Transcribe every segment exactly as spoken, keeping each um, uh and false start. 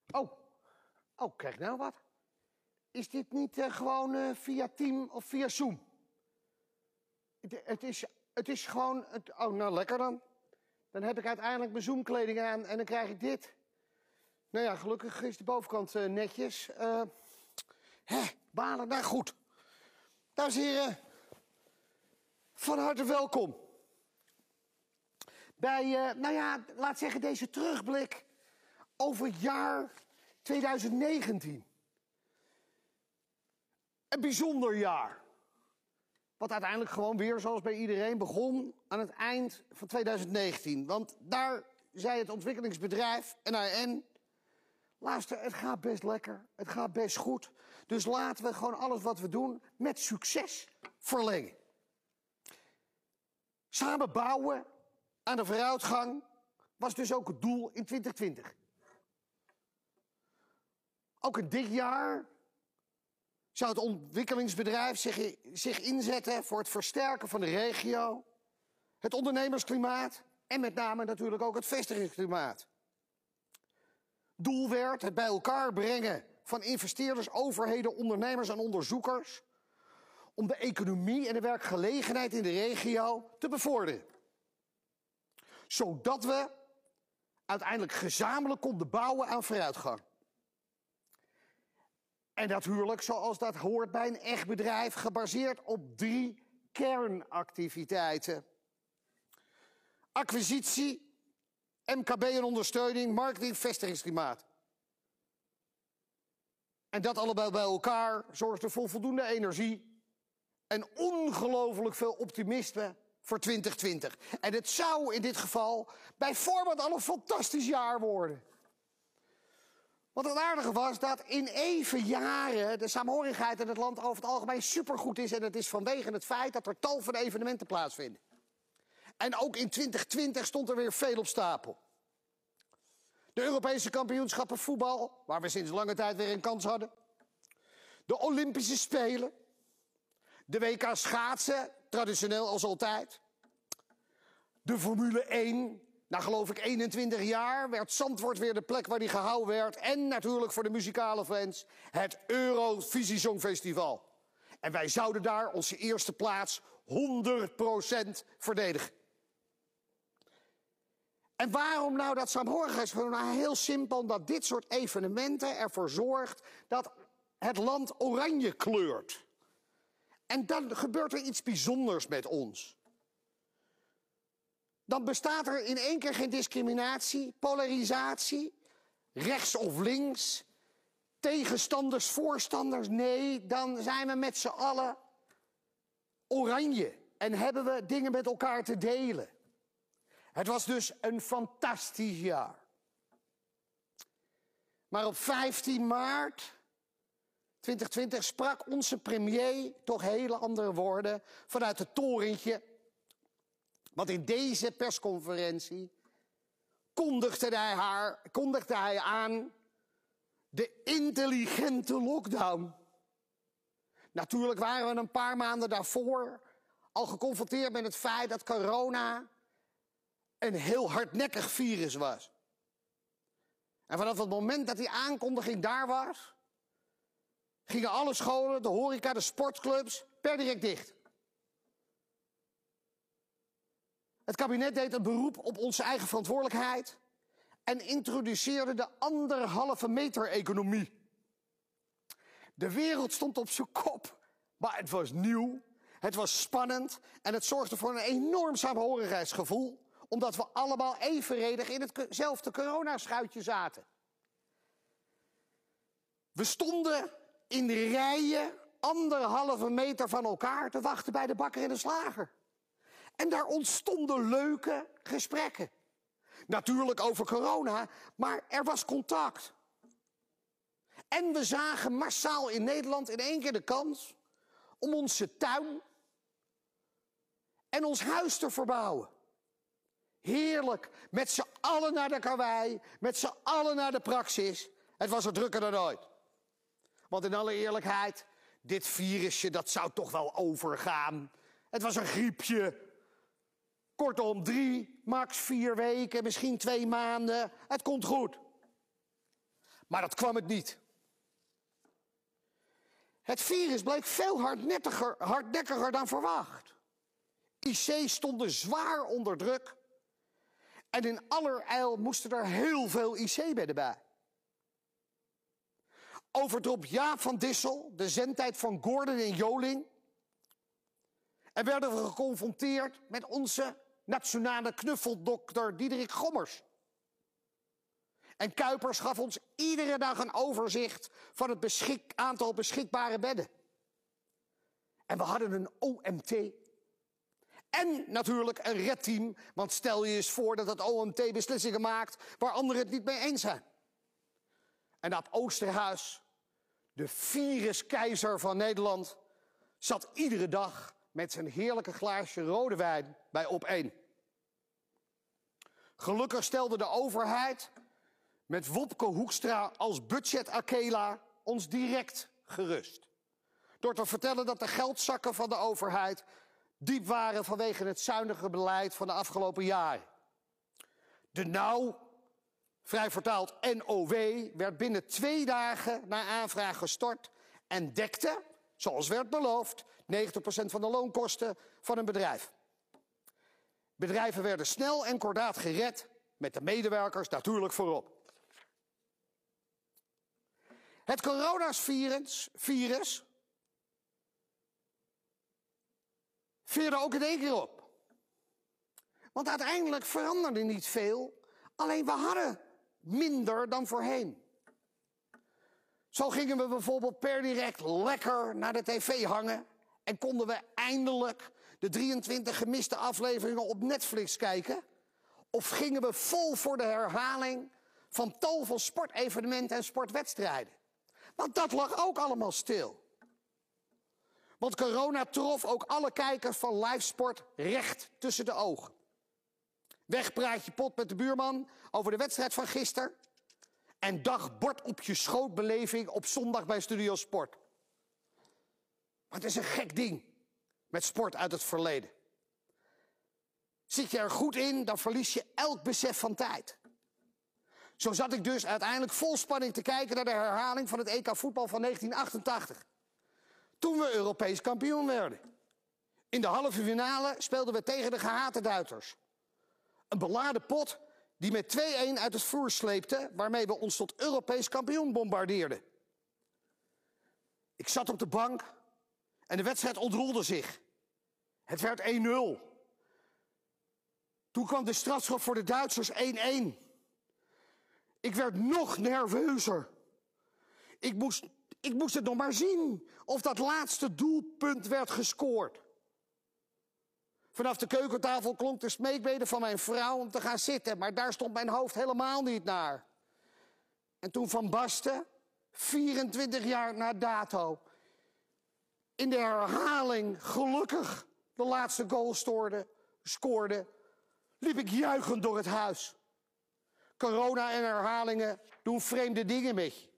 Oh, oh, kijk nou wat. Is dit niet uh, gewoon uh, via Team of via Zoom? Het, het, is, het is gewoon... Het, oh, nou lekker dan. Dan heb ik uiteindelijk mijn Zoom-kleding aan en dan krijg ik dit. Nou ja, gelukkig is de bovenkant uh, netjes. Uh, hè, balen, nou goed. Dames en heren, van harte welkom. Bij, uh, nou ja, laat zeggen deze terugblik over het jaar twintig negentien. Een bijzonder jaar. Wat uiteindelijk gewoon weer, zoals bij iedereen, begon aan het eind van twintig negentien. Want daar zei het ontwikkelingsbedrijf N A N... luister, het gaat best lekker, het gaat best goed. Dus laten we gewoon alles wat we doen met succes verlengen. Samen bouwen aan de vooruitgang was dus ook het doel in twintig twintig. Ook in dit jaar zou het ontwikkelingsbedrijf zich, zich inzetten voor het versterken van de regio, het ondernemersklimaat en met name natuurlijk ook het vestigingsklimaat. Doel werd het bij elkaar brengen van investeerders, overheden, ondernemers en onderzoekers om de economie en de werkgelegenheid in de regio te bevorderen. Zodat we uiteindelijk gezamenlijk konden bouwen aan vooruitgang. En natuurlijk, zoals dat hoort bij een echt bedrijf, gebaseerd op drie kernactiviteiten. Acquisitie, M K B en ondersteuning, marketing, vestigingsklimaat. En dat allebei bij elkaar zorgde voor voldoende energie en ongelooflijk veel optimisme voor twintig twintig. En het zou in dit geval bijvoorbeeld al een fantastisch jaar worden. Want het aardige was dat in even jaren de saamhorigheid in het land over het algemeen supergoed is. En dat is vanwege het feit dat er tal van evenementen plaatsvinden. En ook in twintig twintig stond er weer veel op stapel. De Europese kampioenschappen voetbal, waar we sinds lange tijd weer een kans hadden. De Olympische Spelen. De W K schaatsen, traditioneel als altijd. De Formule één. Na geloof ik eenentwintig jaar werd Zandvoort weer de plek waar die gehouden werd. En natuurlijk voor de muzikale fans het Eurovisie Songfestival. En wij zouden daar onze eerste plaats honderd procent verdedigen. En waarom nou dat saamhorigheidsgevoel? Nou, heel simpel, omdat dit soort evenementen ervoor zorgt dat het land oranje kleurt. En dan gebeurt er iets bijzonders met ons. Dan bestaat er in één keer geen discriminatie, polarisatie, rechts of links, tegenstanders, voorstanders. Nee, dan zijn we met z'n allen oranje en hebben we dingen met elkaar te delen. Het was dus een fantastisch jaar. Maar op vijftien maart twintig twintig sprak onze premier toch hele andere woorden vanuit het torentje. Want in deze persconferentie kondigde hij, haar, kondigde hij aan de intelligente lockdown. Natuurlijk waren we een paar maanden daarvoor al geconfronteerd met het feit dat corona een heel hardnekkig virus was. En vanaf het moment dat die aankondiging daar was, gingen alle scholen, de horeca, de sportclubs per direct dicht. Het kabinet deed een beroep op onze eigen verantwoordelijkheid en introduceerde de anderhalve meter economie. De wereld stond op zijn kop, maar het was nieuw, het was spannend en het zorgde voor een enorm saamhorigheidsgevoel, omdat we allemaal evenredig in hetzelfde coronaschuitje zaten. We stonden in de rijen anderhalve meter van elkaar te wachten bij de bakker en de slager. En daar ontstonden leuke gesprekken. Natuurlijk over corona, maar er was contact. En we zagen massaal in Nederland in één keer de kans om onze tuin en ons huis te verbouwen. Heerlijk, met z'n allen naar de karwei, met z'n allen naar de praxis. Het was er drukker dan ooit. Want in alle eerlijkheid, dit virusje dat zou toch wel overgaan. Het was een griepje. Kortom, drie, max vier weken, misschien twee maanden. Het komt goed. Maar dat kwam het niet. Het virus bleek veel hardnekkiger, hardnekkiger dan verwacht. I C's stonden zwaar onder druk. En in allerijl moesten er heel veel I C-bedden bij. Overdrop Jaap van Dissel, de zendtijd van Gordon en Joling. En werden we geconfronteerd met onze nationale knuffeldokter Diederik Gommers. En Kuipers gaf ons iedere dag een overzicht van het beschik, aantal beschikbare bedden. En we hadden een O M T. En natuurlijk een redteam, want stel je eens voor dat het O M T beslissingen maakt waar anderen het niet mee eens zijn. En dat Oosterhuis, de viruskeizer van Nederland, zat iedere dag met zijn heerlijke glaasje rode wijn bij Op één. Gelukkig stelde de overheid met Wopke Hoekstra als budget-akela ons direct gerust. Door te vertellen dat de geldzakken van de overheid diep waren vanwege het zuinige beleid van de afgelopen jaren. De nauw, vrij vertaald N O W, werd binnen twee dagen na aanvraag gestort en dekte, zoals werd beloofd, negentig procent van de loonkosten van een bedrijf. Bedrijven werden snel en kordaat gered, met de medewerkers natuurlijk voorop. Het coronavirus virus, veerde ook in één keer op. Want uiteindelijk veranderde niet veel, alleen we hadden minder dan voorheen. Zo gingen we bijvoorbeeld per direct lekker naar de tv hangen en konden we eindelijk de drieëntwintig gemiste afleveringen op Netflix kijken. Of gingen we vol voor de herhaling van tal van sportevenementen en sportwedstrijden. Want dat lag ook allemaal stil. Want corona trof ook alle kijkers van livesport recht tussen de ogen. Weg praat je pot met de buurman over de wedstrijd van gisteren. En dag bord op je schoot beleving op zondag bij Studio Sport. Maar het is een gek ding met sport uit het verleden. Zit je er goed in, dan verlies je elk besef van tijd. Zo zat ik dus uiteindelijk vol spanning te kijken naar de herhaling van het E K voetbal van negentien achtentachtig. Toen we Europees kampioen werden. In de halve finale speelden we tegen de gehate Duitsers. Een beladen pot die met twee-een uit het vuur sleepte, waarmee we ons tot Europees kampioen bombardeerden. Ik zat op de bank en de wedstrijd ontrolde zich. Het werd één nul. Toen kwam de strafschop voor de Duitsers één-één. Ik werd nog nerveuzer. Ik moest, ik moest het nog maar zien of dat laatste doelpunt werd gescoord. Vanaf de keukentafel klonk de smeekbede van mijn vrouw om te gaan zitten, maar daar stond mijn hoofd helemaal niet naar. En toen Van Basten, vierentwintig jaar na dato, in de herhaling gelukkig de laatste goal stoorde, scoorde, liep ik juichend door het huis. Corona en herhalingen doen vreemde dingen met je.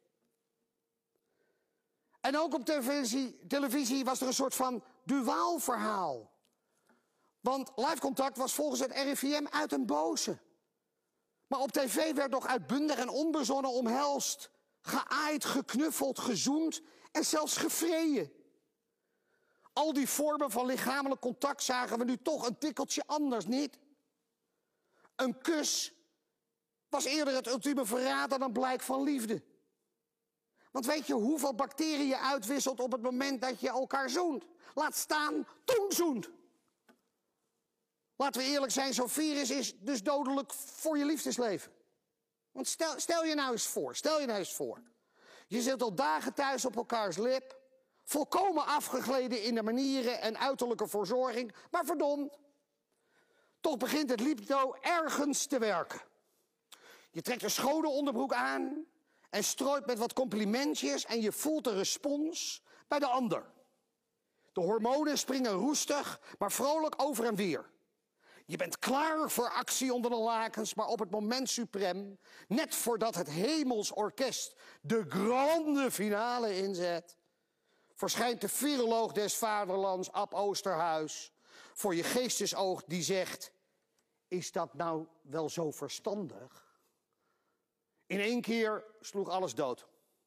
En ook op televisie, televisie was er een soort van duaal verhaal. Want Live Contact was volgens het R I V M uit een boze. Maar op tv werd nog uitbundig en onbezonnen omhelst, geaaid, geknuffeld, gezoend en zelfs gevreden. Al die vormen van lichamelijk contact zagen we nu toch een tikkeltje anders, niet? Een kus was eerder het ultieme verraad dan een blijk van liefde. Want weet je hoeveel bacteriën je uitwisselt op het moment dat je elkaar zoent? Laat staan, toen zoent. Laten we eerlijk zijn, zo'n virus is dus dodelijk voor je liefdesleven. Want stel, stel je nou eens voor, stel je nou eens voor. Je zit al dagen thuis op elkaars lip, volkomen afgegleden in de manieren en uiterlijke verzorging, maar verdomd, toch begint het libido ergens te werken. Je trekt een schone onderbroek aan en strooit met wat complimentjes en je voelt de respons bij de ander. De hormonen springen roestig, maar vrolijk over en weer. Je bent klaar voor actie onder de lakens, maar op het moment suprem, net voordat het hemels orkest de grande finale inzet, verschijnt de viroloog des vaderlands Ab Oosterhuis voor je geestesoog die zegt, is dat nou wel zo verstandig? In één keer sloeg alles dood.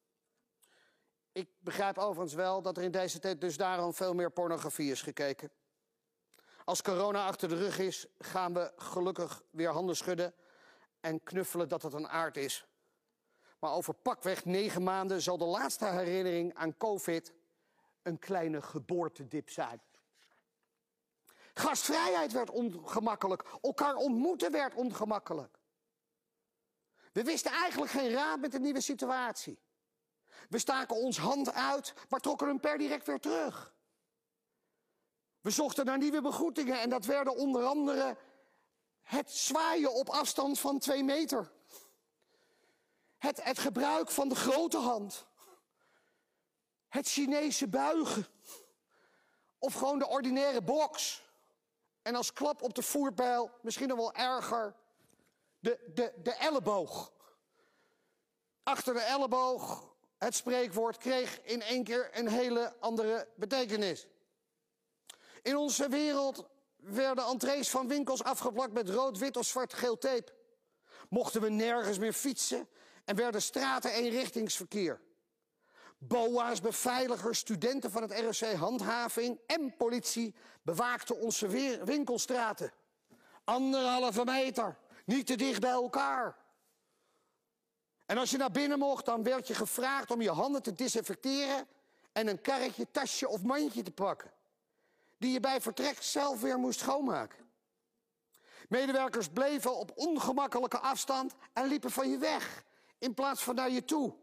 Ik begrijp overigens wel dat er in deze tijd dus daarom veel meer pornografie is gekeken. Als corona achter de rug is, gaan we gelukkig weer handen schudden en knuffelen dat het een aard is. Maar over pakweg negen maanden zal de laatste herinnering aan COVID een kleine geboortedip zijn. Gastvrijheid werd ongemakkelijk. Elkaar ontmoeten werd ongemakkelijk. We wisten eigenlijk geen raad met de nieuwe situatie. We staken ons hand uit, maar trokken hem per direct weer terug. We zochten naar nieuwe begroetingen en dat werden onder andere het zwaaien op afstand van twee meter. Het, het gebruik van de grote hand. Het Chinese buigen. Of gewoon de ordinaire box. En als klap op de voerpijl, misschien nog wel erger, de, de, de elleboog. Achter de elleboog, het spreekwoord, kreeg in één keer een hele andere betekenis. In onze wereld werden entrees van winkels afgeplakt met rood, wit of zwart-geel tape. Mochten we nergens meer fietsen en werden straten eenrichtingsverkeer. B O A's, beveiligers, studenten van het R O C Handhaving en politie bewaakten onze winkelstraten. Anderhalve meter, niet te dicht bij elkaar. En als je naar binnen mocht, dan werd je gevraagd om je handen te desinfecteren en een karretje, tasje of mandje te pakken, die je bij vertrek zelf weer moest schoonmaken. Medewerkers bleven op ongemakkelijke afstand en liepen van je weg in plaats van naar je toe.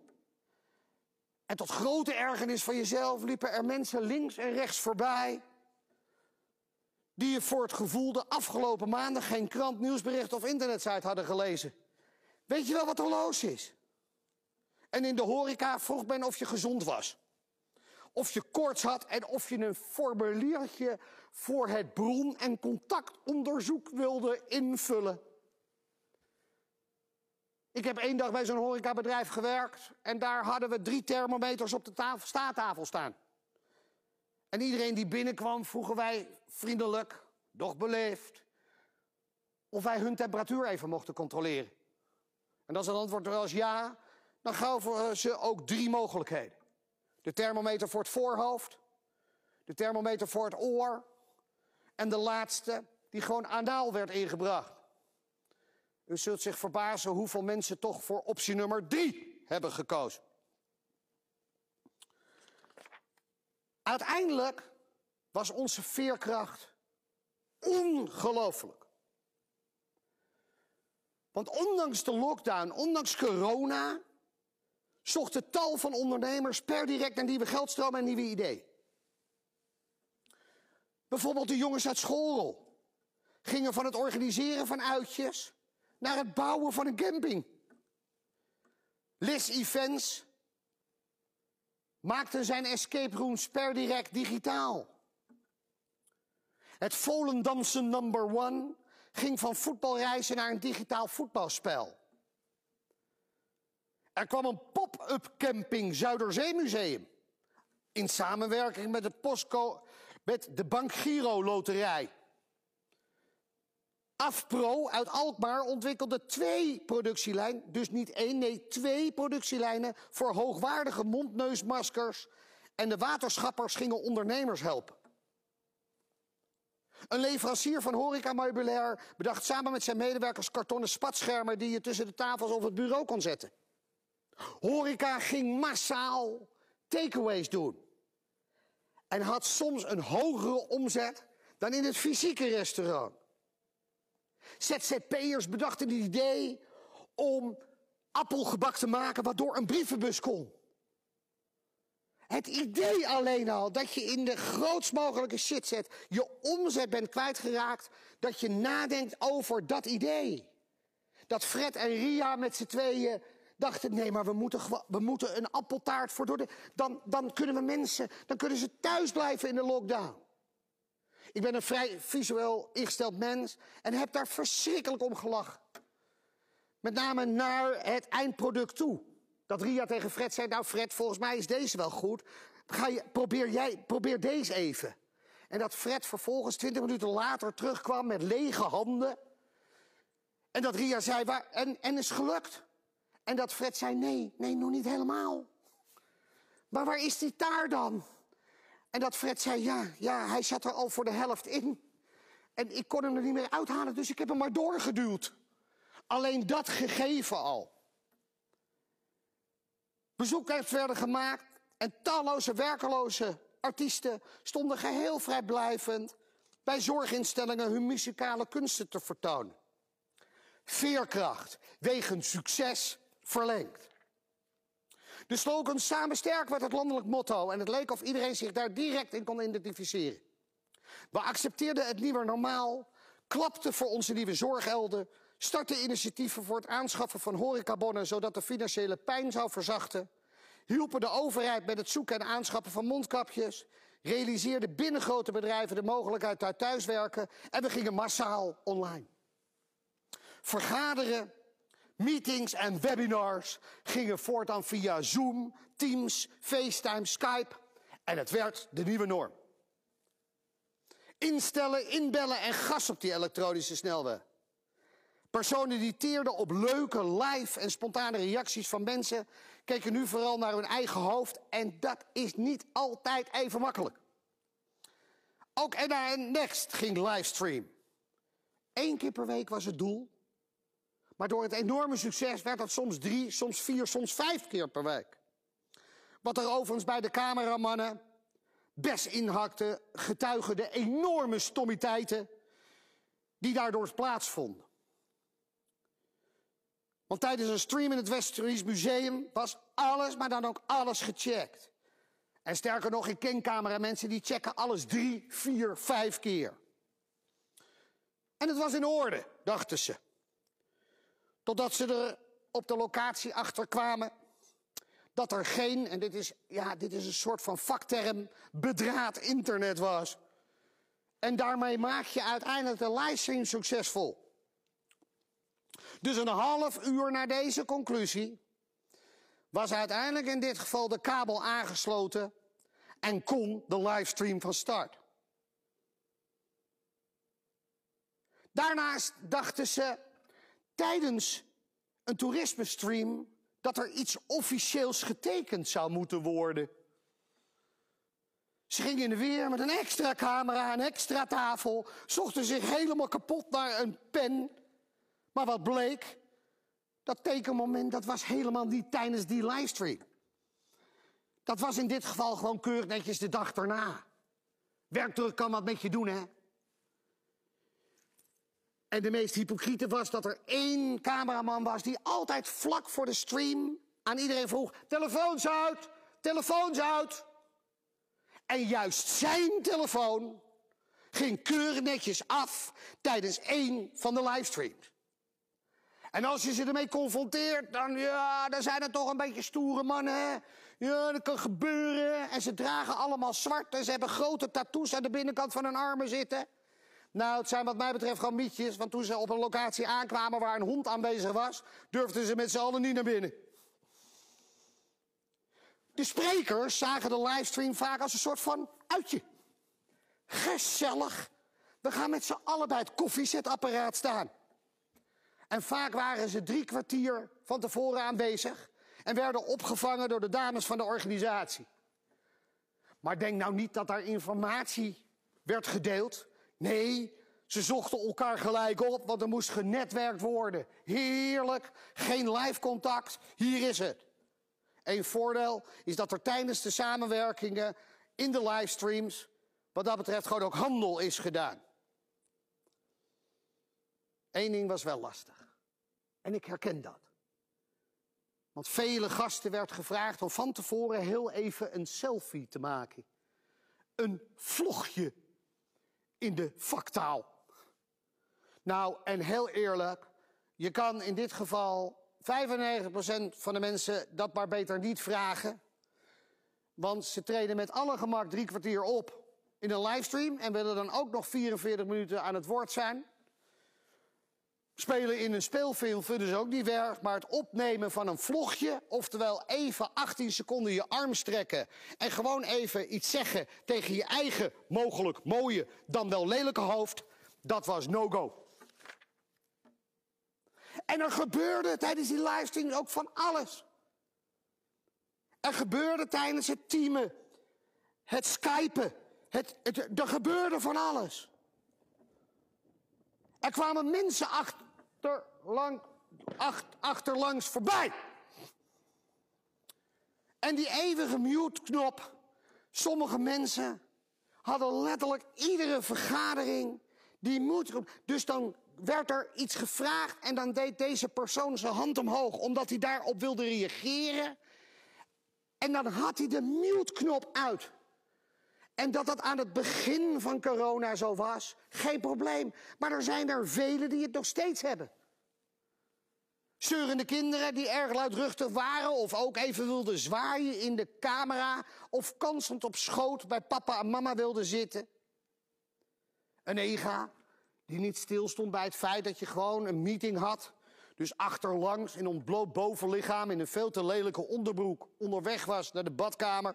En tot grote ergernis van jezelf liepen er mensen links en rechts voorbij die je voor het gevoel de afgelopen maanden geen krant, nieuwsbericht of internetsite hadden gelezen. Weet je wel wat er los is? En in de horeca vroeg men of je gezond was. Of je koorts had en of je een formuliertje voor het bron- en contactonderzoek wilde invullen. Ik heb één dag bij zo'n horecabedrijf gewerkt en daar hadden we drie thermometers op de tafel, staattafel staan. En iedereen die binnenkwam vroegen wij vriendelijk, doch beleefd, of wij hun temperatuur even mochten controleren. En als het antwoord was ja, dan gaven ze ook drie mogelijkheden. De thermometer voor het voorhoofd, de thermometer voor het oor en de laatste die gewoon anaal werd ingebracht. U zult zich verbazen hoeveel mensen toch voor optie nummer drie hebben gekozen. Uiteindelijk was onze veerkracht ongelooflijk. Want ondanks de lockdown, ondanks corona, zocht het tal van ondernemers per direct naar nieuwe geldstromen en nieuwe ideeën. Bijvoorbeeld de jongens uit Schoolrol gingen van het organiseren van uitjes naar het bouwen van een camping. Les Events maakte zijn escape rooms per direct digitaal. Het Volendamse number one ging van voetbalreizen naar een digitaal voetbalspel. Er kwam een pop-up camping Zuiderzeemuseum in samenwerking met de, Postco, met de Bank Giro Loterij. Afpro uit Alkmaar ontwikkelde twee productielijnen, dus niet één, nee twee productielijnen voor hoogwaardige mondneusmaskers en de waterschappers gingen ondernemers helpen. Een leverancier van horecameubilair bedacht samen met zijn medewerkers kartonnen spatschermen die je tussen de tafels of het bureau kon zetten. Horeca ging massaal takeaways doen en had soms een hogere omzet dan in het fysieke restaurant. Z Z P'ers bedachten het idee om appelgebak te maken waardoor een brievenbus kon. Het idee alleen al dat je in de grootst mogelijke shit zet je omzet bent kwijtgeraakt, dat je nadenkt over dat idee. Dat Fred en Ria met z'n tweeën dachten, nee, maar we moeten, we moeten een appeltaart voor door de... Dan, dan kunnen we mensen, dan kunnen ze thuis blijven in de lockdown. Ik ben een vrij visueel ingesteld mens en heb daar verschrikkelijk om gelachen. Met name naar het eindproduct toe. Dat Ria tegen Fred zei, nou Fred, volgens mij is deze wel goed. Ga je, probeer, jij, probeer deze even. En dat Fred vervolgens twintig minuten later terugkwam met lege handen. En dat Ria zei, waar, en, en is gelukt. En dat Fred zei, nee, nee, nog niet helemaal. Maar waar is die taar dan? En dat Fred zei, ja, ja, hij zat er al voor de helft in. En ik kon hem er niet meer uithalen, dus ik heb hem maar doorgeduwd. Alleen dat gegeven al. Bezoekers werden gemaakt en talloze werkeloze artiesten stonden geheel vrijblijvend bij zorginstellingen hun muzikale kunsten te vertonen. Veerkracht, wegens succes, verlengd. De slogan Samen sterk werd het landelijk motto en het leek of iedereen zich daar direct in kon identificeren. We accepteerden het nieuwe normaal, klapten voor onze nieuwe zorghelden, startten initiatieven voor het aanschaffen van horecabonnen zodat de financiële pijn zou verzachten, hielpen de overheid met het zoeken en aanschaffen van mondkapjes, realiseerden binnen grote bedrijven de mogelijkheid uit thuiswerken en we gingen massaal online. Vergaderen, meetings en webinars gingen voortaan via Zoom, Teams, FaceTime, Skype en het werd de nieuwe norm. Instellen, inbellen en gas op die elektronische snelweg. Personen die teerden op leuke, live en spontane reacties van mensen keken nu vooral naar hun eigen hoofd en dat is niet altijd even makkelijk. Ook N H N Next ging livestream. Eén keer per week was het doel. Maar door het enorme succes werd dat soms drie, soms vier, soms vijf keer per week. Wat er overigens bij de cameramannen best inhakte, getuigen de enorme stommiteiten die daardoor plaatsvonden. Want tijdens een stream in het West-Fries Museum was alles, maar dan ook alles gecheckt. En sterker nog, ik ken cameramensen die checken alles drie, vier, vijf keer. En het was in orde, dachten ze. Totdat ze er op de locatie achter kwamen dat er geen, en dit is, ja, dit is een soort van vakterm, bedraad internet was. En daarmee maak je uiteindelijk de livestream succesvol. Dus een half uur na deze conclusie was uiteindelijk in dit geval de kabel aangesloten en kon de livestream van start. Daarnaast dachten ze tijdens een toerismestream dat er iets officieels getekend zou moeten worden. Ze gingen in de weer met een extra camera, een extra tafel, zochten zich helemaal kapot naar een pen. Maar wat bleek, dat tekenmoment dat was helemaal niet tijdens die livestream. Dat was in dit geval gewoon keurig netjes de dag daarna. Werkdruk kan wat met je doen, hè? En de meest hypocriete was dat er één cameraman was die altijd vlak voor de stream aan iedereen vroeg: telefoons uit, telefoons uit. En juist zijn telefoon ging keurig netjes af tijdens één van de livestreams. En als je ze ermee confronteert, dan, ja, dan zijn het toch een beetje stoere mannen, hè? Ja, dat kan gebeuren. En ze dragen allemaal zwart en ze hebben grote tattoos aan de binnenkant van hun armen zitten. Nou, het zijn wat mij betreft gewoon mietjes, want toen ze op een locatie aankwamen waar een hond aanwezig was, durfden ze met z'n allen niet naar binnen. De sprekers zagen de livestream vaak als een soort van uitje. Gezellig. We gaan met z'n allen bij het koffiezetapparaat staan. En vaak waren ze drie kwartier van tevoren aanwezig en werden opgevangen door de dames van de organisatie. Maar denk nou niet dat daar informatie werd gedeeld. Nee, ze zochten elkaar gelijk op, want er moest genetwerkt worden. Heerlijk, geen live contact, hier is het. Eén voordeel is dat er tijdens de samenwerkingen in de livestreams wat dat betreft gewoon ook handel is gedaan. Eén ding was wel lastig. En ik herken dat. Want vele gasten werd gevraagd om van tevoren heel even een selfie te maken. Een vlogje in de vaktaal. Nou, en heel eerlijk, je kan in dit geval vijfennegentig procent van de mensen dat maar beter niet vragen. Want ze treden met alle gemak drie kwartier op in een livestream en willen dan ook nog vierenveertig minuten aan het woord zijn. Spelen in een speelfilm vinden ze ook niet erg, maar het opnemen van een vlogje, oftewel even achttien seconden je arm strekken en gewoon even iets zeggen tegen je eigen mogelijk mooie, dan wel lelijke hoofd, dat was no-go. En er gebeurde tijdens die livestream ook van alles. Er gebeurde tijdens het teamen, het skypen, het, het, er gebeurde van alles. Er kwamen mensen achterlang, ach, achterlangs voorbij. En die eeuwige mute-knop, sommige mensen hadden letterlijk iedere vergadering die mute. Dus dan werd er iets gevraagd en dan deed deze persoon zijn hand omhoog, omdat hij daarop wilde reageren. En dan had hij de mute-knop uit. En dat dat aan het begin van corona zo was, geen probleem. Maar er zijn er velen die het nog steeds hebben. Zeurende kinderen die erg luidruchtig waren of ook even wilden zwaaien in de camera of kansend op schoot bij papa en mama wilden zitten. Een ega die niet stilstond bij het feit dat je gewoon een meeting had. Dus achterlangs in ontbloot bovenlichaam in een veel te lelijke onderbroek onderweg was naar de badkamer.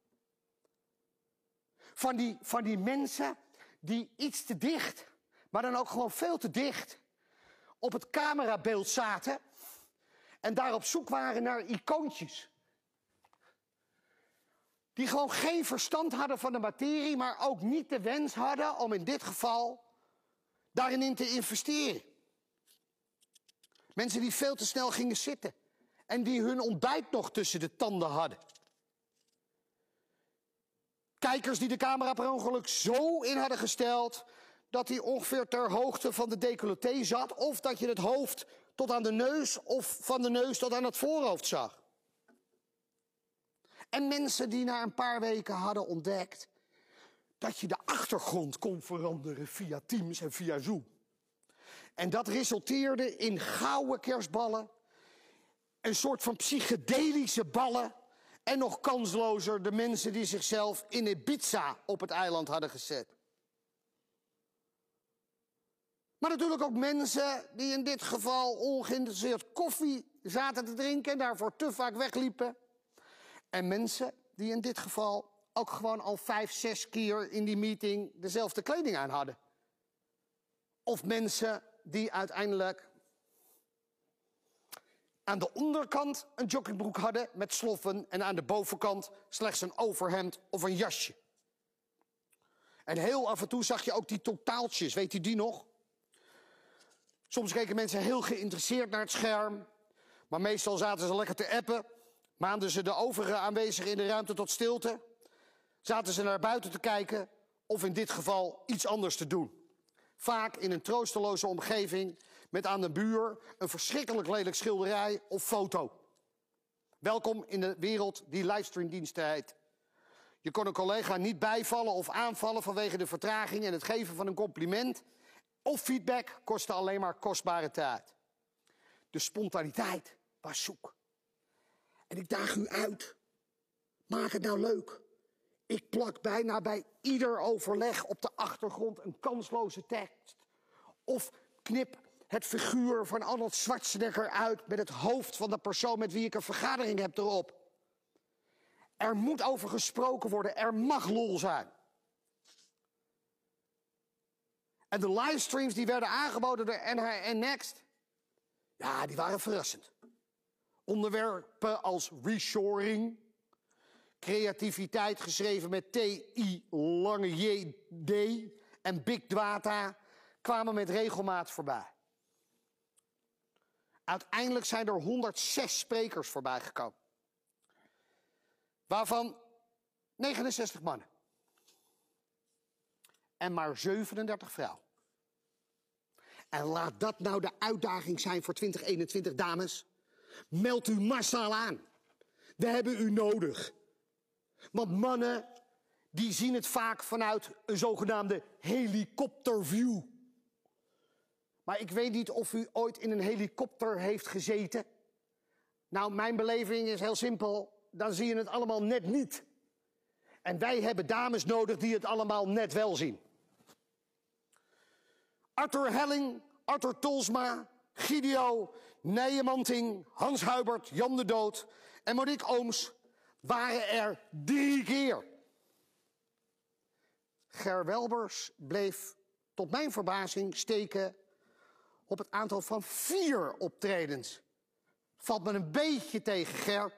Van die, van die mensen die iets te dicht, maar dan ook gewoon veel te dicht, op het camerabeeld zaten en daar op zoek waren naar icoontjes. Die gewoon geen verstand hadden van de materie, maar ook niet de wens hadden om in dit geval daarin te investeren. Mensen die veel te snel gingen zitten en die hun ontbijt nog tussen de tanden hadden. Kijkers die de camera per ongeluk zo in hadden gesteld dat hij ongeveer ter hoogte van de decolleté zat, of dat je het hoofd tot aan de neus of van de neus tot aan het voorhoofd zag. En mensen die na een paar weken hadden ontdekt dat je de achtergrond kon veranderen via Teams en via Zoom. En dat resulteerde in gouden kerstballen, een soort van psychedelische ballen en nog kanslozer de mensen die zichzelf in Ibiza op het eiland hadden gezet. Maar natuurlijk ook mensen die in dit geval ongeïnteresseerd koffie zaten te drinken en daarvoor te vaak wegliepen. En mensen die in dit geval ook gewoon al vijf, zes keer in die meeting dezelfde kleding aan hadden. Of mensen die uiteindelijk aan de onderkant een joggingbroek hadden met sloffen en aan de bovenkant slechts een overhemd of een jasje. En heel af en toe zag je ook die totaaltjes, weet u die nog? Soms keken mensen heel geïnteresseerd naar het scherm, maar meestal zaten ze lekker te appen, maanden ze de overige aanwezigen in de ruimte tot stilte, zaten ze naar buiten te kijken of in dit geval iets anders te doen. Vaak in een troosteloze omgeving met aan de buur een verschrikkelijk lelijk schilderij of foto. Welkom in de wereld die livestreamdiensten heet. Je kon een collega niet bijvallen of aanvallen vanwege de vertraging en het geven van een compliment of feedback kostte alleen maar kostbare tijd. De spontaniteit was zoek. En ik daag u uit. Maak het nou leuk. Ik plak bijna bij ieder overleg op de achtergrond een kansloze tekst. Of knip het figuur van Arnold Schwarzenegger uit met het hoofd van de persoon met wie ik een vergadering heb erop. Er moet over gesproken worden, er mag lol zijn. En de livestreams die werden aangeboden door N H N Next, ja, die waren verrassend. Onderwerpen als reshoring, creativiteit geschreven met T I lange J D en big data kwamen met regelmaat voorbij. Uiteindelijk zijn er honderdzes sprekers voorbij gekomen. Waarvan negenenzestig mannen. En maar zevenendertig vrouwen. En laat dat nou de uitdaging zijn voor twintig eenentwintig, dames. Meld u massaal aan. We hebben u nodig. Want mannen, die zien het vaak vanuit een zogenaamde helikopterview. Maar ik weet niet of u ooit in een helikopter heeft gezeten. Nou, mijn beleving is heel simpel. Dan zie je het allemaal net niet. En wij hebben dames nodig die het allemaal net wel zien. Arthur Helling, Arthur Tolsma, Gidio, Nijemanting, Hans Huibert, Jan de Dood en Monique Ooms waren er drie keer. Ger Welbers bleef tot mijn verbazing steken op het aantal van vier optredens. Valt me een beetje tegen, Ger.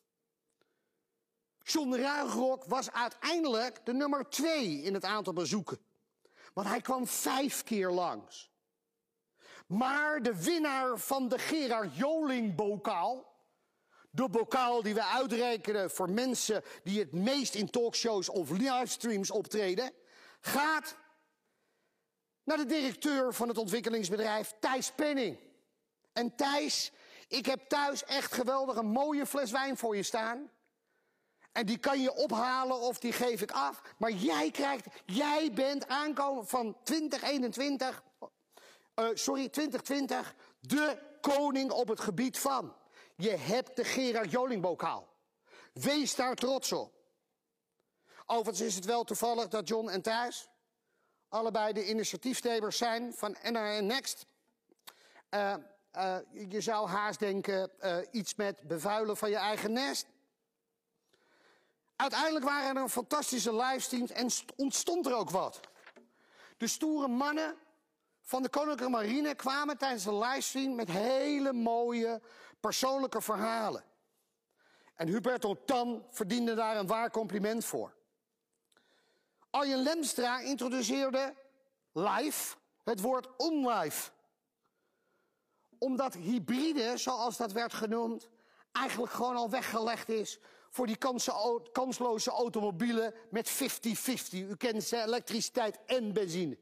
John Ruigrok was uiteindelijk de nummer twee in het aantal bezoeken. Want hij kwam vijf keer langs. Maar de winnaar van de Gerard Joling-bokaal, de bokaal die we uitrekenen voor mensen die het meest in talkshows of livestreams optreden, gaat naar de directeur van het ontwikkelingsbedrijf, Thijs Penning. En Thijs, ik heb thuis echt geweldig een mooie fles wijn voor je staan. En die kan je ophalen of die geef ik af. Maar jij krijgt, jij bent aankomen van twintig eenentwintig, uh, sorry, twintig twintig, de koning op het gebied van. Je hebt de Gerard Joling-bokaal. Wees daar trots op. Overigens is het wel toevallig dat John en Thijs allebei de initiatiefnemers zijn van N R N Next. Uh, uh, je zou haast denken, uh, iets met bevuilen van je eigen nest. Uiteindelijk waren er een fantastische livestreams en ontstond er ook wat. De stoere mannen van de Koninklijke Marine kwamen tijdens de livestream met hele mooie persoonlijke verhalen. En Huberto Tan verdiende daar een waar compliment voor. Arjen Lemstra introduceerde live het woord onlive. Omdat hybride, zoals dat werd genoemd, eigenlijk gewoon al weggelegd is voor die kansen, kansloze automobielen met vijftig vijftig. U kent ze, elektriciteit en benzine.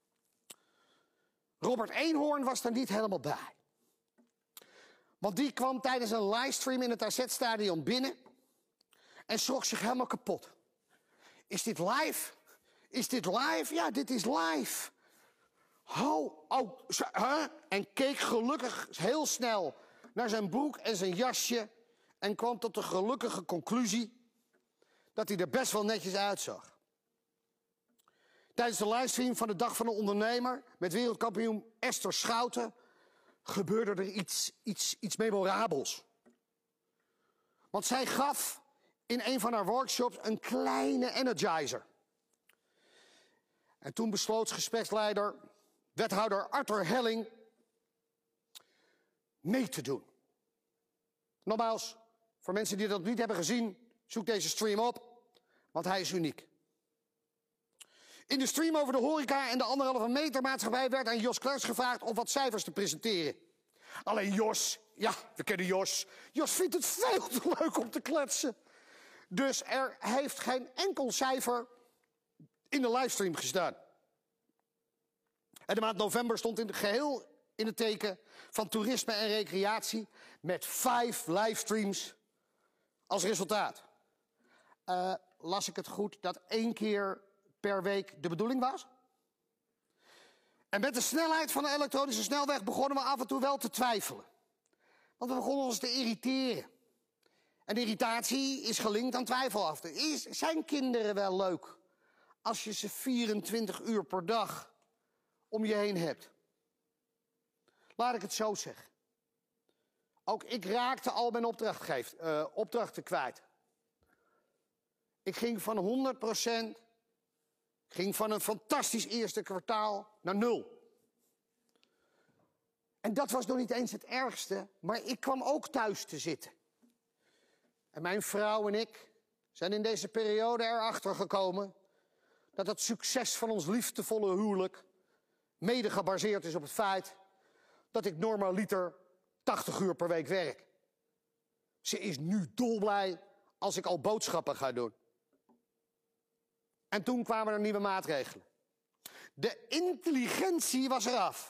Robert Eenhoorn was er niet helemaal bij. Want die kwam tijdens een livestream in het A Z-stadion binnen en schrok zich helemaal kapot. Is dit live? Is dit live? Ja, dit is live. Oh, oh, huh? En keek gelukkig heel snel naar zijn broek en zijn jasje en kwam tot de gelukkige conclusie dat hij er best wel netjes uitzag. Tijdens de livestream van de Dag van de Ondernemer met wereldkampioen Esther Schouten gebeurde er iets, iets, iets memorabels. Want zij gaf in een van haar workshops een kleine energizer. En toen besloot gespreksleider, wethouder Arthur Helling, mee te doen. Nogmaals, voor mensen die dat niet hebben gezien, zoek deze stream op, want hij is uniek. In de stream over de horeca en de anderhalve meter maatschappij werd aan Jos Kluis gevraagd om wat cijfers te presenteren. Alleen Jos, ja, we kennen Jos. Jos vindt het veel te leuk om te kletsen. Dus er heeft geen enkel cijfer in de livestream gestaan. En de maand november stond in het geheel in het teken van toerisme en recreatie met vijf livestreams als resultaat. Uh, las ik het goed dat één keer per week de bedoeling was? En met de snelheid van de elektronische snelweg begonnen we af en toe wel te twijfelen. Want we begonnen ons te irriteren. En irritatie is gelinkt aan twijfelachtig. Is, zijn kinderen wel leuk als je ze vierentwintig uur per dag om je heen hebt? Laat ik het zo zeggen. Ook ik raakte al mijn opdrachtgeef, uh, opdrachten kwijt. Ik ging van honderd procent, ging van een fantastisch eerste kwartaal naar nul. En dat was nog niet eens het ergste, maar ik kwam ook thuis te zitten. En mijn vrouw en ik zijn in deze periode erachter gekomen dat het succes van ons liefdevolle huwelijk mede gebaseerd is op het feit dat ik normaliter tachtig uur per week werk. Ze is nu dolblij als ik al boodschappen ga doen. En toen kwamen er nieuwe maatregelen. De intelligentie was eraf.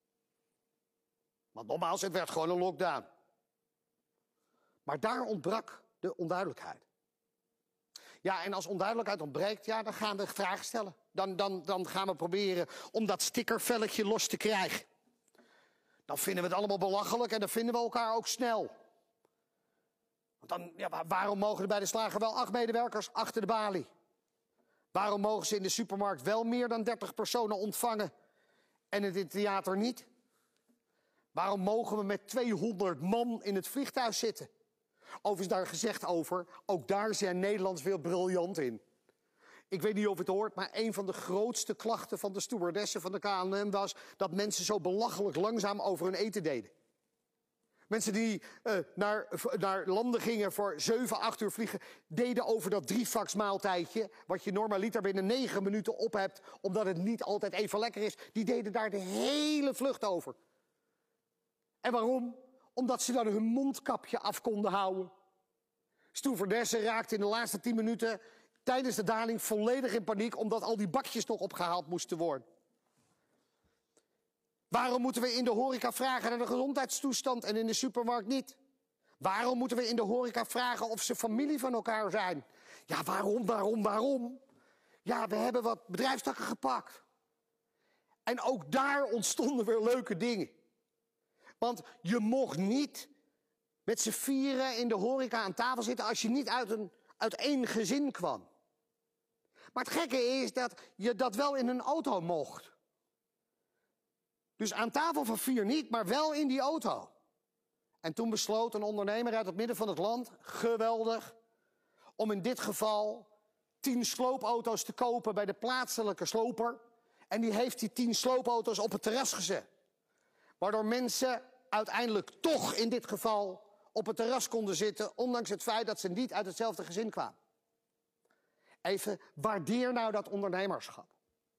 Want nogmaals, het werd gewoon een lockdown. Maar daar ontbrak de onduidelijkheid. Ja, en als onduidelijkheid ontbreekt, ja, dan gaan we vragen stellen. Dan, dan, dan gaan we proberen om dat stickervelletje los te krijgen. Dan vinden we het allemaal belachelijk en dan vinden we elkaar ook snel. Want dan, ja, waarom mogen er bij de slager wel acht medewerkers achter de balie? Waarom mogen ze in de supermarkt wel meer dan dertig personen ontvangen en in het theater niet? Waarom mogen we met tweehonderd man in het vliegtuig zitten? Overigens daar gezegd over, ook daar zijn Nederlands weer briljant in. Ik weet niet of je het hoort, maar een van de grootste klachten van de stewardessen van de K L M was dat mensen zo belachelijk langzaam over hun eten deden. Mensen die uh, naar, naar landen gingen voor zeven, acht uur vliegen, deden over dat drievaks-maaltijdje, wat je normaliter binnen negen minuten op hebt, omdat het niet altijd even lekker is, die deden daar de hele vlucht over. En waarom? Omdat ze dan hun mondkapje af konden houden. Stewardessen raakten in de laatste tien minuten tijdens de daling volledig in paniek, omdat al die bakjes nog opgehaald moesten worden. Waarom moeten we in de horeca vragen naar de gezondheidstoestand en in de supermarkt niet? Waarom moeten we in de horeca vragen of ze familie van elkaar zijn? Ja, waarom, waarom, waarom? Ja, we hebben wat bedrijfstakken gepakt. En ook daar ontstonden weer leuke dingen. Want je mocht niet met z'n vieren in de horeca aan tafel zitten als je niet uit, een, uit één gezin kwam. Maar het gekke is dat je dat wel in een auto mocht. Dus aan tafel van vier niet, maar wel in die auto. En toen besloot een ondernemer uit het midden van het land, geweldig, om in dit geval tien sloopauto's te kopen bij de plaatselijke sloper. En die heeft die tien sloopauto's op het terras gezet. Waardoor mensen uiteindelijk toch in dit geval op het terras konden zitten, ondanks het feit dat ze niet uit hetzelfde gezin kwamen. Even, waardeer nou dat ondernemerschap.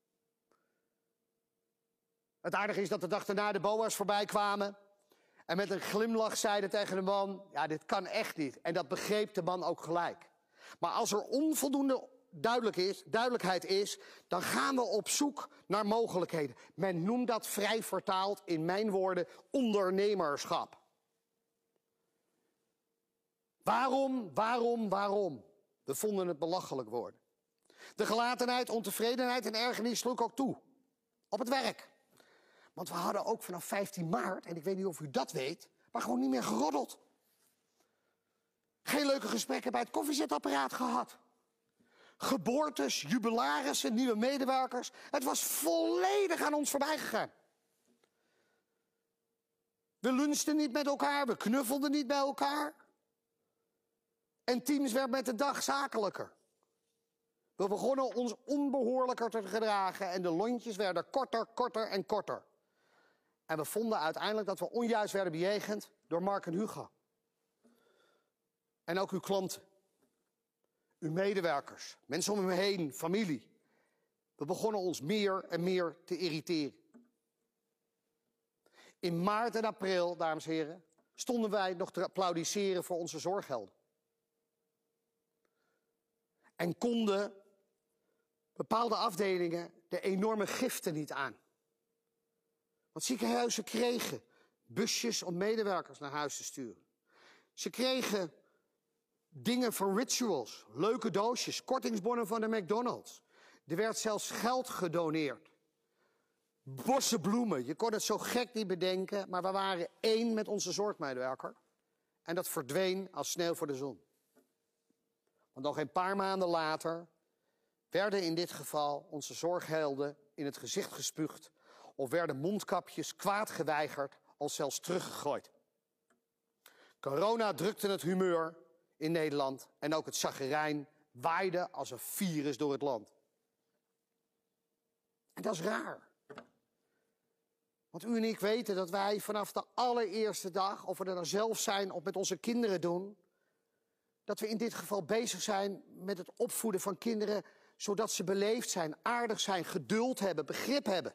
Het aardige is dat de dag daarna de B O A's voorbij kwamen en met een glimlach zeiden tegen de man, ja, dit kan echt niet. En dat begreep de man ook gelijk. Maar als er onvoldoende duidelijk is, duidelijkheid is, dan gaan we op zoek naar mogelijkheden. Men noemt dat vrij vertaald, in mijn woorden, ondernemerschap. Waarom, waarom, waarom? We vonden het belachelijk worden. De gelatenheid, ontevredenheid en ergernis sloeg ook toe. Op het werk. Want we hadden ook vanaf vijftien maart, en ik weet niet of u dat weet, maar gewoon niet meer geroddeld. Geen leuke gesprekken bij het koffiezetapparaat gehad. Geboortes, jubilarissen, nieuwe medewerkers. Het was volledig aan ons voorbij gegaan. We lunchten niet met elkaar, we knuffelden niet bij elkaar. En Teams werd met de dag zakelijker. We begonnen ons onbehoorlijker te gedragen en de lontjes werden korter, korter en korter. En we vonden uiteindelijk dat we onjuist werden bejegend door Mark en Hugo. En ook uw klanten. Uw medewerkers, mensen om u heen, familie. We begonnen ons meer en meer te irriteren. In maart en april, dames en heren, stonden wij nog te applaudisseren voor onze zorggelden. En konden bepaalde afdelingen de enorme giften niet aan. Want ziekenhuizen kregen busjes om medewerkers naar huis te sturen. Ze kregen dingen van rituals, leuke doosjes, kortingsbonnen van de McDonald's. Er werd zelfs geld gedoneerd. Bossen bloemen, je kon het zo gek niet bedenken, maar we waren één met onze zorgmedewerker. En dat verdween als sneeuw voor de zon. Want nog een paar maanden later werden in dit geval onze zorghelden in het gezicht gespuugd of werden mondkapjes kwaad geweigerd of zelfs teruggegooid. Corona drukte het humeur in Nederland en ook het chagrijn waaide als een virus door het land. En dat is raar. Want u en ik weten dat wij vanaf de allereerste dag, of we er dan zelf zijn of met onze kinderen doen, dat we in dit geval bezig zijn met het opvoeden van kinderen, zodat ze beleefd zijn, aardig zijn, geduld hebben, begrip hebben.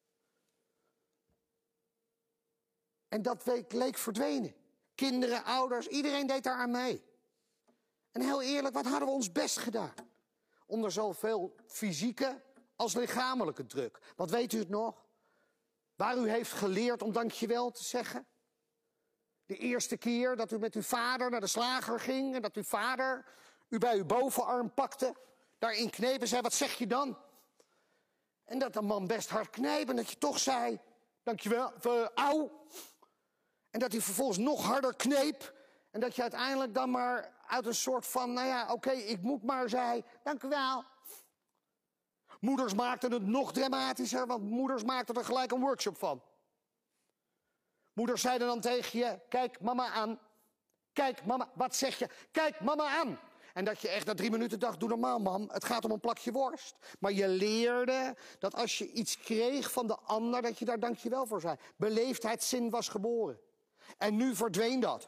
En dat leek verdwenen. Kinderen, ouders, iedereen deed daar aan mee. En heel eerlijk, wat hadden we ons best gedaan? Onder zoveel fysieke als lichamelijke druk. Wat weet u het nog? Waar u heeft geleerd om dankjewel te zeggen? De eerste keer dat u met uw vader naar de slager ging en dat uw vader u bij uw bovenarm pakte, daarin kneep en zei, wat zeg je dan? En dat de man best hard kneep en dat je toch zei, dankjewel, uh, auw. En dat hij vervolgens nog harder kneep en dat je uiteindelijk dan maar uit een soort van, nou ja, oké, okay, ik moet maar, zei, dank u wel. Moeders maakten het nog dramatischer, want moeders maakten er gelijk een workshop van. Moeders zeiden dan tegen je, kijk mama aan. Kijk mama, wat zeg je? Kijk mama aan. En dat je echt na drie minuten dacht, doe normaal man, het gaat om een plakje worst. Maar je leerde dat als je iets kreeg van de ander, dat je daar dankjewel voor zei. Beleefdheidszin was geboren. En nu verdween dat.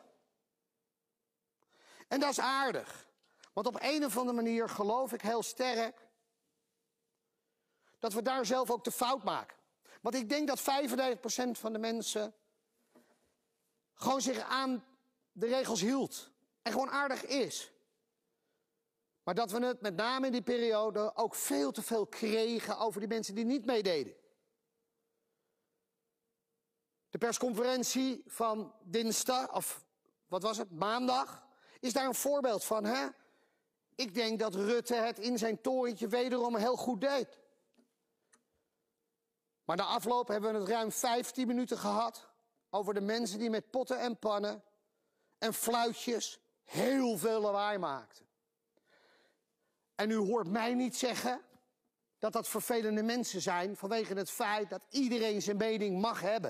En dat is aardig. Want op een of andere manier geloof ik heel sterk dat we daar zelf ook de fout maken. Want ik denk dat vijfennegentig procent van de mensen gewoon zich aan de regels hield. En gewoon aardig is. Maar dat we het met name in die periode ook veel te veel kregen over die mensen die niet meededen. De persconferentie van dinsdag, of wat was het, maandag, is daar een voorbeeld van. Hè? Ik denk dat Rutte het in zijn torentje wederom heel goed deed. Maar na afloop hebben we het ruim vijftien minuten gehad over de mensen die met potten en pannen en fluitjes heel veel lawaai maakten. En u hoort mij niet zeggen dat dat vervelende mensen zijn vanwege het feit dat iedereen zijn mening mag hebben.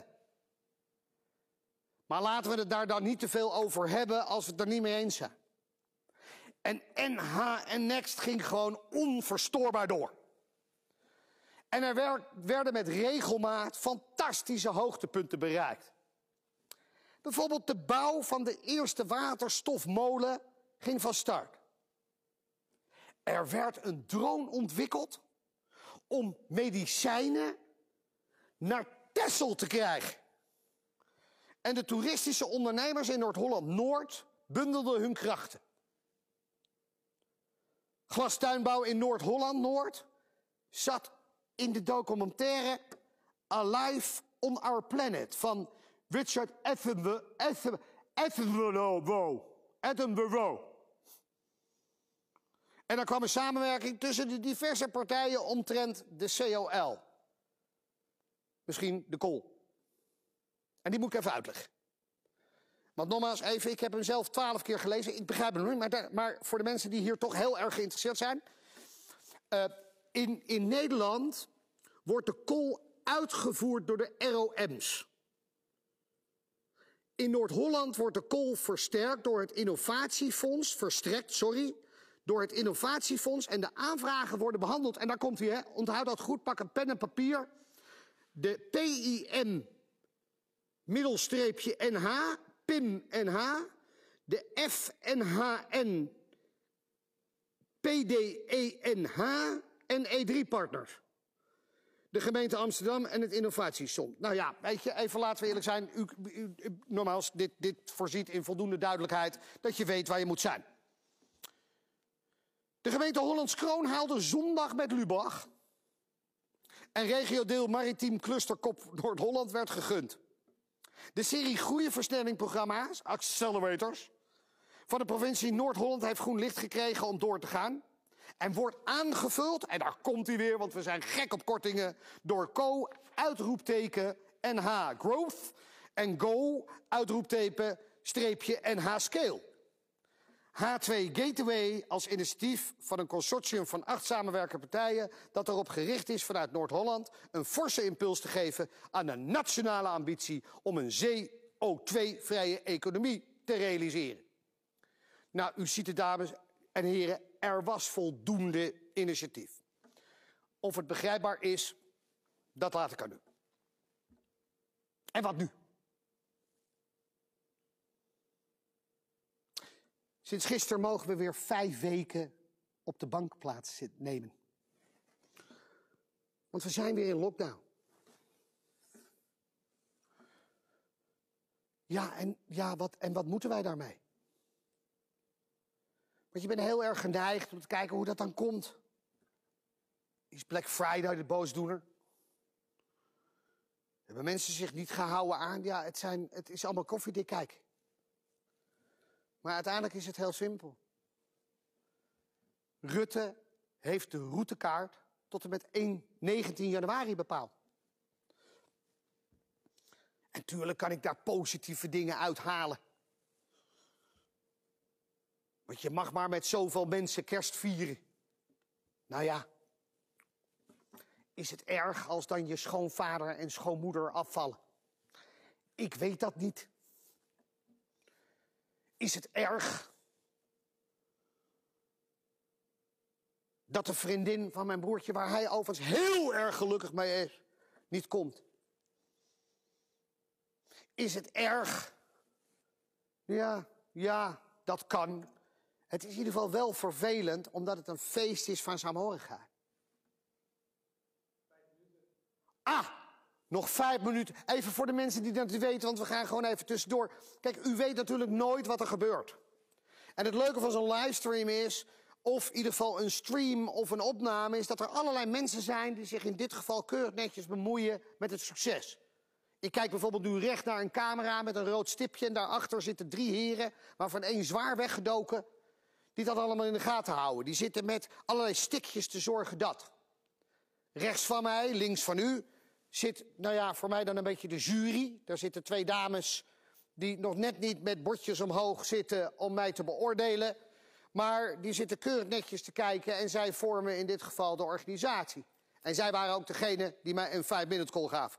Maar laten we het daar dan niet te veel over hebben als we het er niet mee eens zijn. En N H en Next ging gewoon onverstoorbaar door. En er werden met regelmaat fantastische hoogtepunten bereikt. Bijvoorbeeld de bouw van de eerste waterstofmolen ging van start. Er werd een drone ontwikkeld om medicijnen naar Texel te krijgen. En de toeristische ondernemers in Noord-Holland-Noord bundelden hun krachten. Glastuinbouw in Noord-Holland-Noord zat in de documentaire Alive on Our Planet van Richard Attenborough. En er kwam een samenwerking tussen de diverse partijen omtrent de C O L. Misschien de kool. En die moet ik even uitleggen. Want nogmaals even, ik heb hem zelf twaalf keer gelezen. Ik begrijp hem niet, maar, daar, maar voor de mensen die hier toch heel erg geïnteresseerd zijn. Uh, in, in Nederland wordt de kool uitgevoerd door de R O M's. In Noord-Holland wordt de kool versterkt door het innovatiefonds, verstrekt, sorry, door het innovatiefonds. En de aanvragen worden behandeld. En daar komt hij, hè. Onthoud dat goed, pak een pen en papier. De P I M middelstreepje N H, P I M N H, de F N H N, P D E N H en E drie partners. De gemeente Amsterdam en het innovatiefonds. Nou ja, weet je, even laten we eerlijk zijn. U, u, u, nogmaals, dit, dit voorziet in voldoende duidelijkheid dat je weet waar je moet zijn. De gemeente Hollands Kroon haalde zondag met Lubach. En regiodeel Maritiem Clusterkop Noord-Holland werd gegund. De serie groeienversnellingprogramma's, accelerators, van de provincie Noord-Holland heeft groen licht gekregen om door te gaan. En wordt aangevuld, en daar komt hij weer, want we zijn gek op kortingen, door Co, uitroepteken N H Growth en Go, uitroepteken, streepje N H Scale. H twee Gateway als initiatief van een consortium van acht samenwerkende partijen dat erop gericht is vanuit Noord-Holland een forse impuls te geven aan de nationale ambitie om een C O twee vrije economie te realiseren. Nou, u ziet het, dames en heren, er was voldoende initiatief. Of het begrijpbaar is, dat laat ik aan u. En wat nu? Sinds gisteren mogen we weer vijf weken op de bank plaatsnemen. Want we zijn weer in lockdown. Ja, en, ja wat, en wat moeten wij daarmee? Want je bent heel erg geneigd om te kijken hoe dat dan komt. Is Black Friday de boosdoener? Hebben mensen zich niet gehouden aan? Ja, het, zijn, het is allemaal koffiedik, kijk. Maar uiteindelijk is het heel simpel. Rutte heeft de routekaart tot en met negentien januari bepaald. En tuurlijk kan ik daar positieve dingen uithalen. Want je mag maar met zoveel mensen kerst vieren. Nou ja, is het erg als dan je schoonvader en schoonmoeder afvallen? Ik weet dat niet. Is het erg dat de vriendin van mijn broertje, waar hij overigens heel erg gelukkig mee is, niet komt. Is het erg? Ja, ja, dat kan. Het is in ieder geval wel vervelend, omdat het een feest is van saamhorigheid. Ah, nog vijf minuten. Even voor de mensen die dat niet weten, want we gaan gewoon even tussendoor. Kijk, u weet natuurlijk nooit wat er gebeurt. En het leuke van zo'n livestream is, of in ieder geval een stream of een opname, is dat er allerlei mensen zijn die zich in dit geval keurig netjes bemoeien met het succes. Ik kijk bijvoorbeeld nu recht naar een camera met een rood stipje en daarachter zitten drie heren, waarvan één zwaar weggedoken, die dat allemaal in de gaten houden. Die zitten met allerlei stikjes te zorgen dat. Rechts van mij, links van u, zit, nou ja, voor mij dan een beetje de jury. Daar zitten twee dames die nog net niet met bordjes omhoog zitten om mij te beoordelen. Maar die zitten keurig netjes te kijken en zij vormen in dit geval de organisatie. En zij waren ook degene die mij een five minute call gaven.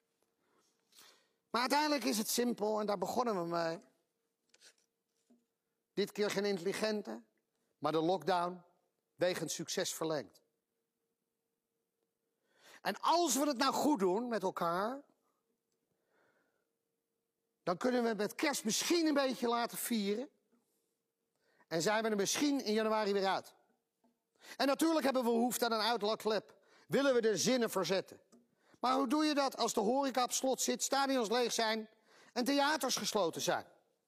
Maar uiteindelijk is het simpel en daar begonnen we mee. Dit keer geen intelligente, maar de lockdown wegens succes verlengd. En als we het nou goed doen met elkaar, dan kunnen we het met kerst misschien een beetje laten vieren. En zijn we er misschien in januari weer uit. En natuurlijk hebben we behoefte aan een uitlaatklep. Willen we de zinnen verzetten. Maar hoe doe je dat als de horeca op slot zit, stadions leeg zijn en theaters gesloten zijn?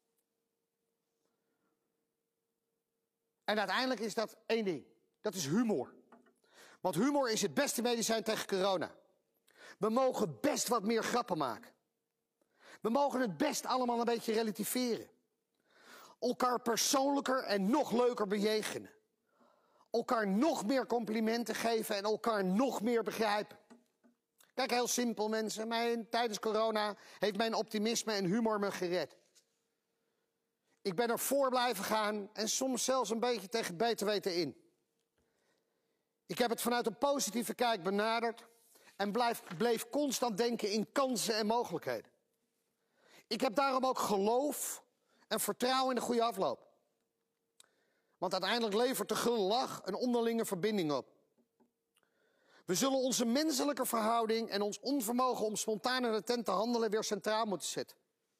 En uiteindelijk is dat één ding. Dat is humor. Want humor is het beste medicijn tegen corona. We mogen best wat meer grappen maken. We mogen het best allemaal een beetje relativeren. Elkaar persoonlijker en nog leuker bejegenen. Elkaar nog meer complimenten geven en elkaar nog meer begrijpen. Kijk, heel simpel mensen. Mijn, tijdens corona heeft mijn optimisme en humor me gered. Ik ben ervoor blijven gaan en soms zelfs een beetje tegen beter weten in. Ik heb het vanuit een positieve kijk benaderd en blijf, bleef constant denken in kansen en mogelijkheden. Ik heb daarom ook geloof en vertrouwen in de goede afloop. Want uiteindelijk levert de gulle lach een onderlinge verbinding op. We zullen onze menselijke verhouding en ons onvermogen om spontaan in de tent te handelen weer centraal moeten zetten.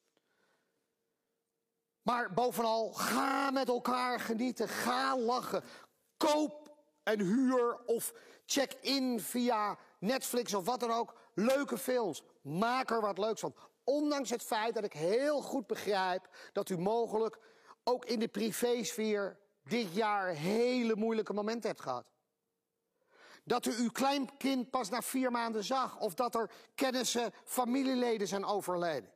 Maar bovenal, ga met elkaar genieten, ga lachen, koop en huur of check in via Netflix of wat dan ook. Leuke films, maak er wat leuks van. Ondanks het feit dat ik heel goed begrijp dat u mogelijk ook in de privésfeer dit jaar hele moeilijke momenten hebt gehad. Dat u uw kleinkind pas na vier maanden zag of dat er kennissen, familieleden zijn overleden.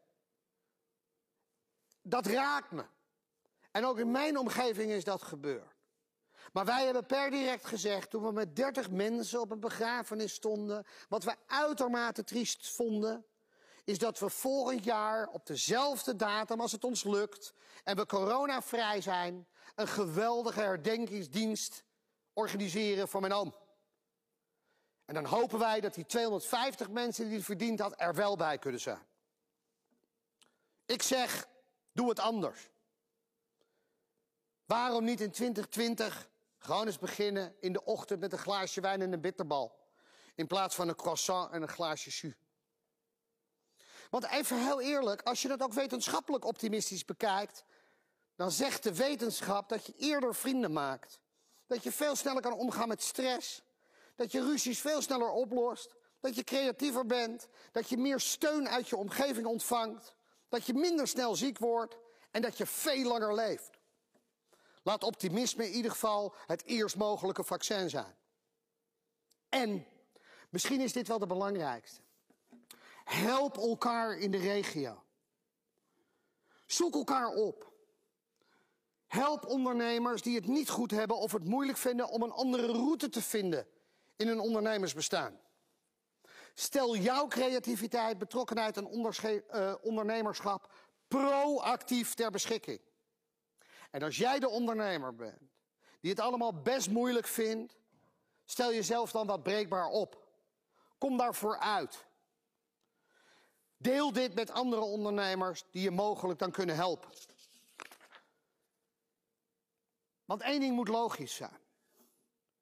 Dat raakt me. En ook in mijn omgeving is dat gebeurd. Maar wij hebben per direct gezegd, toen we met dertig mensen op een begrafenis stonden, wat we uitermate triest vonden, is dat we volgend jaar op dezelfde datum, als het ons lukt en we coronavrij zijn, een geweldige herdenkingsdienst organiseren voor mijn oom. En dan hopen wij dat die tweehonderdvijftig mensen die hij verdiend had er wel bij kunnen zijn. Ik zeg, doe het anders. Waarom niet in twintig twintig gewoon eens beginnen in de ochtend met een glaasje wijn en een bitterbal, in plaats van een croissant en een glaasje jus? Want even heel eerlijk, als je dat ook wetenschappelijk optimistisch bekijkt, dan zegt de wetenschap dat je eerder vrienden maakt. Dat je veel sneller kan omgaan met stress. Dat je ruzies veel sneller oplost. Dat je creatiever bent. Dat je meer steun uit je omgeving ontvangt. Dat je minder snel ziek wordt. En dat je veel langer leeft. Laat optimisme in ieder geval het eerst mogelijke vaccin zijn. En, misschien is dit wel de belangrijkste. Help elkaar in de regio. Zoek elkaar op. Help ondernemers die het niet goed hebben of het moeilijk vinden om een andere route te vinden in hun ondernemersbestaan. Stel jouw creativiteit, betrokkenheid en uh, ondernemerschap proactief ter beschikking. En als jij de ondernemer bent die het allemaal best moeilijk vindt, stel jezelf dan wat breekbaar op. Kom daarvoor uit. Deel dit met andere ondernemers die je mogelijk dan kunnen helpen. Want één ding moet logisch zijn.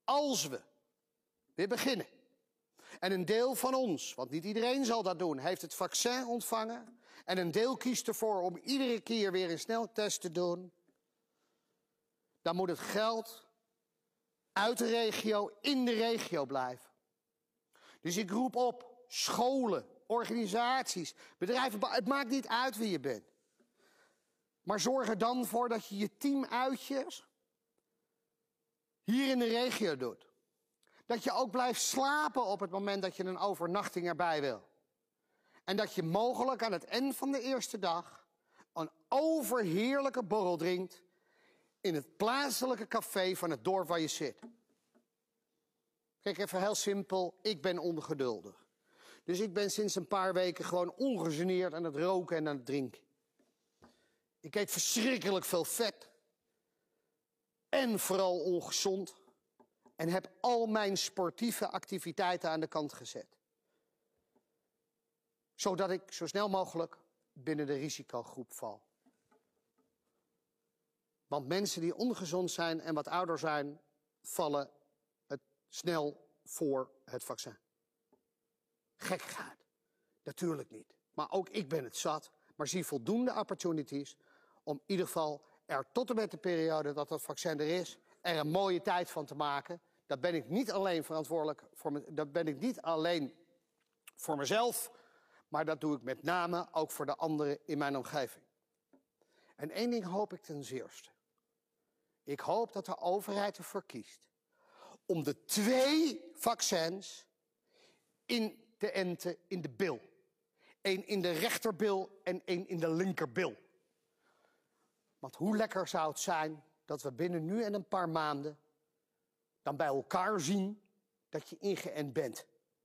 als we weer beginnen. En een deel van ons, want niet iedereen zal dat doen, heeft het vaccin ontvangen. En een deel kiest ervoor om iedere keer weer een sneltest te doen. Dan moet het geld uit de regio, in de regio blijven. Dus ik roep op, scholen, organisaties, bedrijven, het maakt niet uit wie je bent. Maar zorg er dan voor dat je je teamuitjes hier in de regio doet. Dat je ook blijft slapen op het moment dat je een overnachting erbij wil. En dat je mogelijk aan het eind van de eerste dag een overheerlijke borrel drinkt in het plaatselijke café van het dorp waar je zit. Kijk, even heel simpel, ik ben ongeduldig. Dus ik ben sinds een paar weken gewoon ongegeneerd aan het roken en aan het drinken. Ik eet verschrikkelijk veel vet. En vooral ongezond. En heb al mijn sportieve activiteiten aan de kant gezet. Zodat ik zo snel mogelijk binnen de risicogroep val. Want mensen die ongezond zijn en wat ouder zijn, vallen het snel voor het vaccin. Gekkigheid. Natuurlijk niet. Maar ook ik ben het zat. Maar zie voldoende opportunities om in ieder geval er tot en met de periode dat het vaccin er is, er een mooie tijd van te maken. Dat ben ik niet alleen verantwoordelijk voor me, dat ben ik niet alleen voor mezelf, maar dat doe ik met name ook voor de anderen in mijn omgeving. En één ding hoop ik ten zeerste. Ik hoop dat de overheid ervoor kiest om de twee vaccins in te enten in de bil. Eén in de rechterbil en één in de linkerbil. Want hoe lekker zou het zijn dat we binnen nu en een paar maanden dan bij elkaar zien dat je ingeënt bent.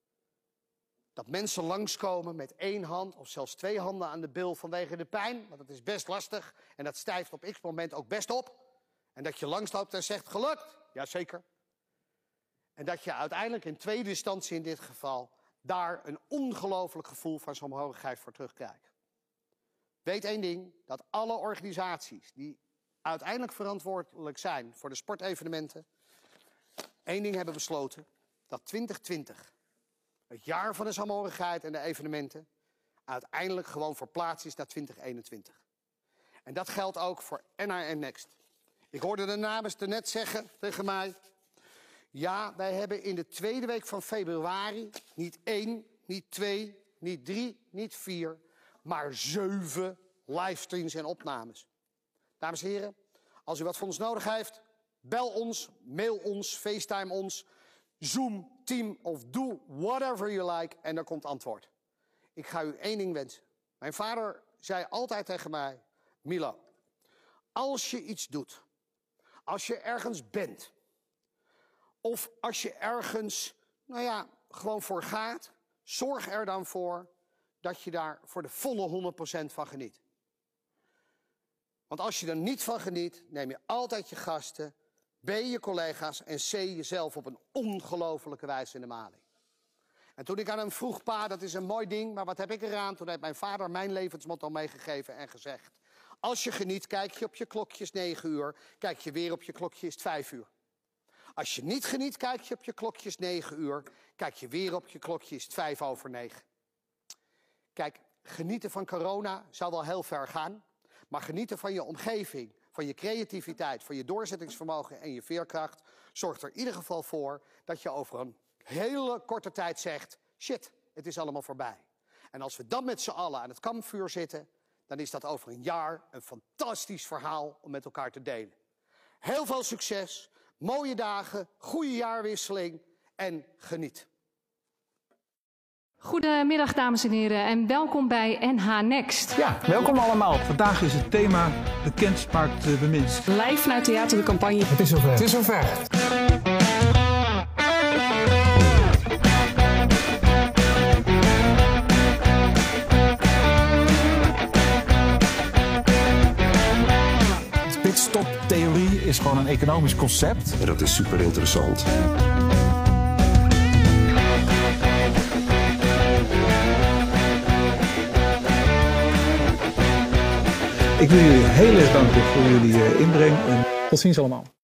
Dat mensen langskomen met één hand of zelfs twee handen aan de bil vanwege de pijn. Want dat is best lastig en dat stijft op x moment ook best op. En dat je langsloopt en zegt gelukt. Jazeker. En dat je uiteindelijk in tweede instantie in dit geval daar een ongelooflijk gevoel van saamhorigheid voor terugkrijgt. Weet één ding, dat alle organisaties die uiteindelijk verantwoordelijk zijn voor de sportevenementen, één ding hebben besloten, dat twintig twintig, het jaar van de saamhorigheid en de evenementen, uiteindelijk gewoon verplaatst is naar twintig eenentwintig. En dat geldt ook voor N R N Next. Ik hoorde de namens net zeggen tegen mij, ja, wij hebben in de tweede week van februari niet één, niet twee, niet drie, niet vier, maar zeven livestreams en opnames. Dames en heren, als u wat van ons nodig heeft, bel ons, mail ons, FaceTime ons, Zoom, Team of do whatever you like en er komt antwoord. Ik ga u één ding wensen. Mijn vader zei altijd tegen mij, Milo, als je iets doet, als je ergens bent, of als je ergens, nou ja, gewoon voor gaat, zorg er dan voor dat je daar voor de volle honderd procent van geniet. Want als je er niet van geniet, neem je altijd je gasten, B je collega's en C jezelf op een ongelofelijke wijze in de maling. En toen ik aan hem vroeg, pa, dat is een mooi ding, maar wat heb ik eraan? Toen heeft mijn vader mijn levensmotto meegegeven en gezegd, als je geniet, kijk je op je klokje is negen uur, kijk je weer op je klokje is het vijf uur. Als je niet geniet, kijk je op je klokje is negen uur, kijk je weer op je klokje is het vijf over negen. Kijk, genieten van corona zou wel heel ver gaan, maar genieten van je omgeving, van je creativiteit, van je doorzettingsvermogen en je veerkracht, zorgt er in ieder geval voor dat je over een hele korte tijd zegt, shit, het is allemaal voorbij. En als we dan met z'n allen aan het kampvuur zitten, dan is dat over een jaar een fantastisch verhaal om met elkaar te delen. Heel veel succes, mooie dagen, goede jaarwisseling en geniet. Goedemiddag dames en heren en welkom bij N H Next. Ja, welkom allemaal. Vandaag is het thema bekend smaakt beminst. Live vanuit Theater de Campagne. Het is zover. Het is zover. Pitstop-theorie is gewoon een economisch concept. En dat is super interessant. Ik wil jullie heel erg danken voor jullie inbreng en tot ziens allemaal.